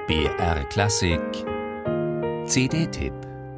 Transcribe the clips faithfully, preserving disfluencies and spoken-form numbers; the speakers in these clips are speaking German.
B R Klassik C D-Tipp.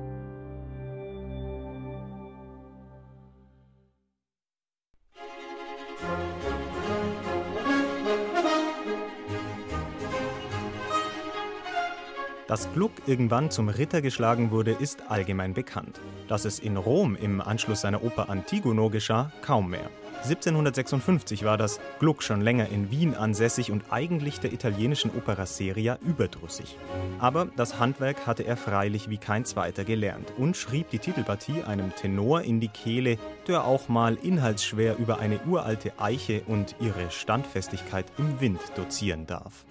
Dass Gluck irgendwann zum Ritter geschlagen wurde, ist allgemein bekannt. Dass es in Rom im Anschluss seiner Oper Antigono geschah, kaum mehr. siebzehnhundertsechsundfünfzig war das, Gluck schon länger in Wien ansässig und eigentlich der italienischen Opera seria überdrüssig. Aber das Handwerk hatte er freilich wie kein zweiter gelernt und schrieb die Titelpartie einem Tenor in die Kehle, der auch mal inhaltsschwer über eine uralte Eiche und ihre Standfestigkeit im Wind dozieren darf.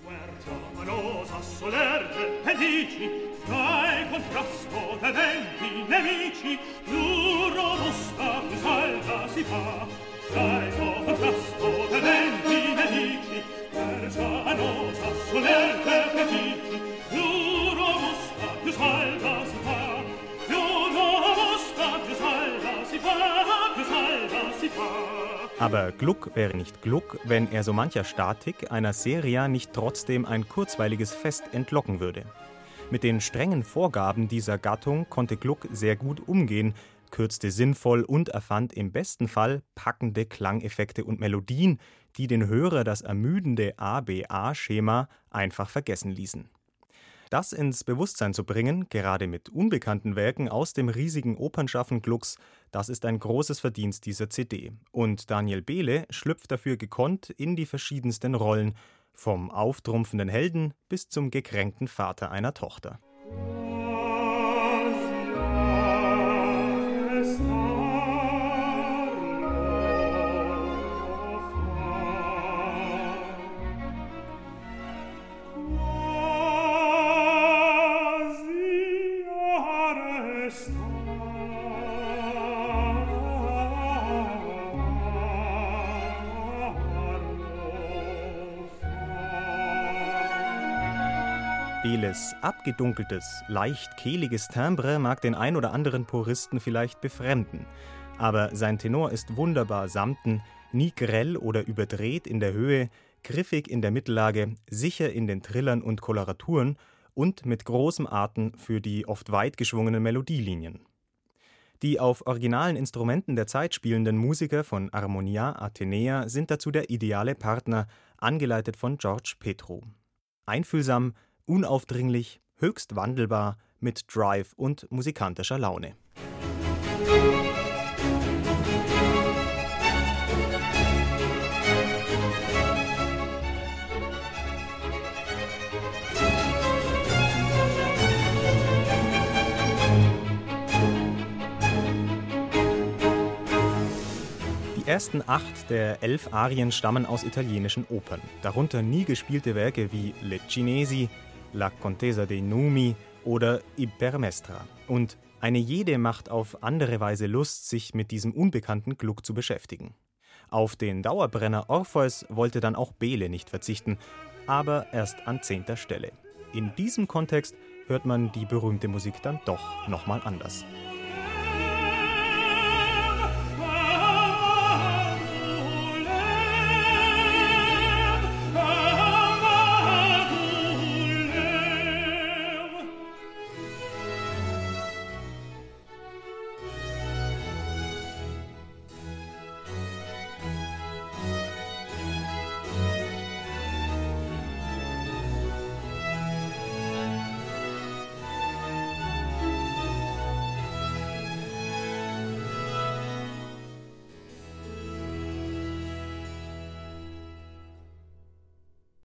Aber Gluck wäre nicht Gluck, wenn er so mancher Statik einer Seria nicht trotzdem ein kurzweiliges Fest entlocken würde. Mit den strengen Vorgaben dieser Gattung konnte Gluck sehr gut umgehen, kürzte sinnvoll und erfand im besten Fall packende Klangeffekte und Melodien, die den Hörer das ermüdende A B A-Schema einfach vergessen ließen. Das ins Bewusstsein zu bringen, gerade mit unbekannten Werken aus dem riesigen Opernschaffen Glucks, das ist ein großes Verdienst dieser C D. Und Daniel Behle schlüpft dafür gekonnt in die verschiedensten Rollen, vom auftrumpfenden Helden bis zum gekränkten Vater einer Tochter. Beles abgedunkeltes, leicht kehliges Timbre mag den ein oder anderen Puristen vielleicht befremden. Aber sein Tenor ist wunderbar samten, nie grell oder überdreht in der Höhe, griffig in der Mittellage, sicher in den Trillern und Koloraturen und mit großem Atem für die oft weit geschwungenen Melodielinien. Die auf originalen Instrumenten der Zeit spielenden Musiker von Armonia Atenea sind dazu der ideale Partner, angeleitet von George Petru. Einfühlsam, unaufdringlich, höchst wandelbar, mit Drive und musikantischer Laune. Die ersten acht der elf Arien stammen aus italienischen Opern, darunter nie gespielte Werke wie Le Cinesi, La Contesa dei Numi oder Ipermestra. Und eine jede macht auf andere Weise Lust, sich mit diesem unbekannten Gluck zu beschäftigen. Auf den Dauerbrenner Orpheus wollte dann auch Behle nicht verzichten, aber erst an zehnter Stelle. In diesem Kontext hört man die berühmte Musik dann doch nochmal anders.